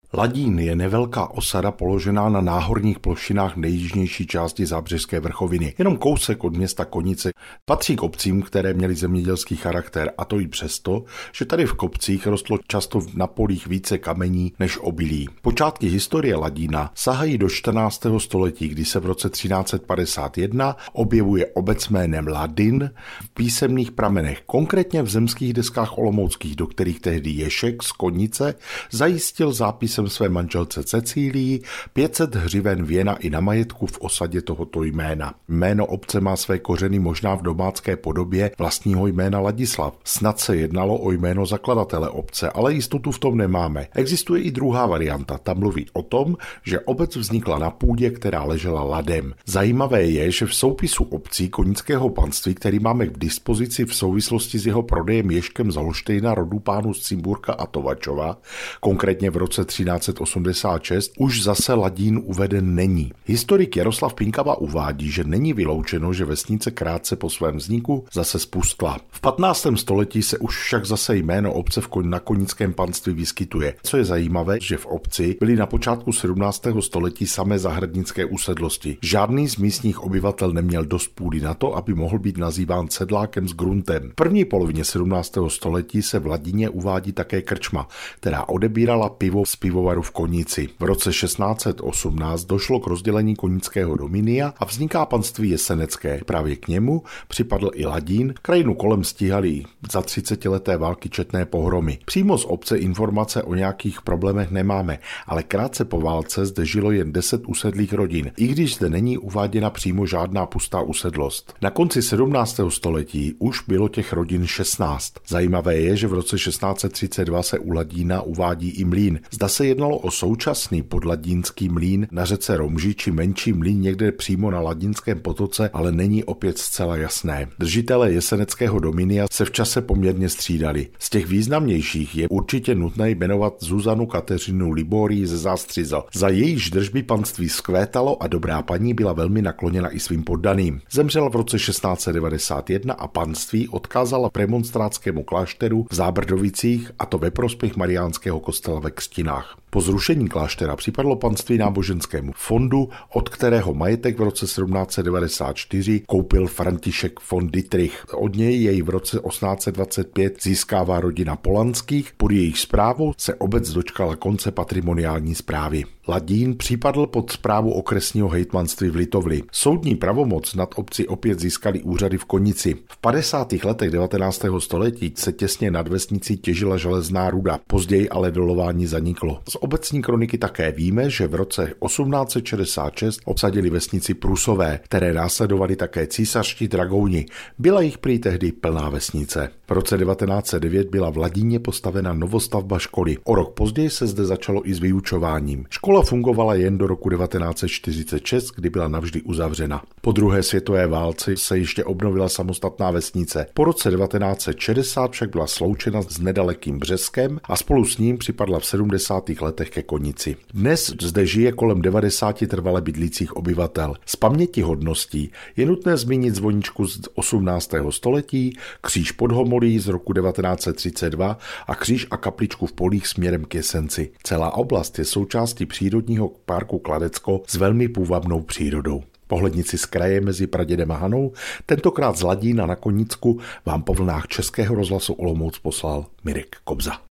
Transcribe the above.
Ladín je nevelká osada položená na náhorních plošinách nejjižnější části Zábřežské vrchoviny. Jenom kousek od města Konice. Patří k obcím, které měly zemědělský charakter, a to i přesto, že tady v kopcích rostlo často na polích více kamení než obilí. Počátky historie Ladína sahají do 14. století, kdy se v roce 1351 objevuje obec jménem Ladin v písemných pramenech, konkrétně v zemských deskách olomouckých, do kterých tehdy Ježek z Konice zajistil zápisem své manželce Cecílii 500 hřiven věna i na majetku v osadě tohoto jména. Jméno obce má své kořeny možná v domácké podobě vlastního jména Ladislav. Snad se jednalo o jméno zakladatele obce, ale jistotu v tom nemáme. Existuje i druhá varianta, ta mluví o tom, že obec vznikla na půdě, která ležela ladem. Zajímavé je, že v soupisu obcí Konického panství, který máme k dispozici v souvislosti s jeho prodejem Ježkem z Holštejna rodu pánů z Cimburka a Tovačova, konkrétně v roce 1386, už zase Ladín uveden není. Historik Jaroslav Pinkava uvádí, že není vyloučeno, že vesnice krátce po svém vzniku zase spustla. V 15. století se už však zase jméno obce na Konickém panství vyskytuje. Co je zajímavé, že v obci byly na počátku 17. století samé zahradnické usedlosti. Žádný z místních obyvatel neměl dost půdy na to, aby mohl být nazýván sedlákem s gruntem. V první polovině 17. století se v Ladíně uvádí také krčma, která odebírala pivo z pivovaru v Konici. V roce 1618 došlo k rozdělení Konického dominia a vzniká panství jesenecké. Právě k němu připadl i Ladín. Krajinu kolem stíhali za 30leté války četné pohromy. Přímo z obce informace o nějakých problémech nemáme, ale krátce po válce zde žilo jen 10 usedlých rodin, i když zde není uváděna přímo žádná pustá usedlost. Na konci 17. století už bylo těch rodin 16. Zajímavé je, že v roce 1632 se u Ladína uvádí i mlýn. Zda se jednalo o současný podladínský mlýn na řece Romži či menší mlýn někde přímo na Ladínském potoce, ale není opět zcela jasné. Držitelé jeseneckého dominia se v čase poměrně střídali. Z těch významnějších je určitě nutné jmenovat Zuzanu Kateřinu Liborii ze Zástřizel. Za jejíž držby panství vzkvétalo a dobrá paní byla velmi nakloněna i svým poddaným. Zemřela v roce 1691 a panství odkázala premonstrátskému klášteru v Zábrdovicích, a to ve prospěch mariánského kostela ve Křtinách. Po zrušení kláštera připadlo panství náboženskému fondu, od kterého majetek v roce 1794 koupil František von Dittrich. Od něj jej v roce 1825 získává rodina Polanských, pod jejich správou se obec dočkala konce patrimoniální správy. Ladín připadl pod správu okresního hejtmanství v Litovli. Soudní pravomoc nad obcí opět získali úřady v Konici. V 50. letech 19. století se těsně nad vesnicí těžila železná ruda, později ale dolování zaniklo. Z obecní kroniky také víme, že v roce 1866 obsadili vesnici Prusové, které následovali také císařští dragouni. Byla jich prý tehdy plná vesnice. V roce 1909 byla v Ladíně postavena novostavba školy. O rok později se zde začalo i s vyučováním. Škola fungovala jen do roku 1946, kdy byla navždy uzavřena. Po druhé světové válce se ještě obnovila samostatná vesnice. Po roce 1960 však byla sloučena s nedalekým Břeskem a spolu s ním připadla v 70. letech ke Konici. Dnes zde žije kolem 90 trvale bydlících obyvatel. Z pamětihodností je nutné zmínit zvoničku z 18. století, kříž pod Homolí z roku 1932 a kříž a kapličku v polích směrem k Jesenci. Celá oblast je součástí přírodního parku Kladecko s velmi půvabnou přírodou. Pohlednici z kraje mezi Pradědem a Hanou, tentokrát z Ladína na Konicku, vám po vlnách Českého rozhlasu Olomouc poslal Mirek Kobza.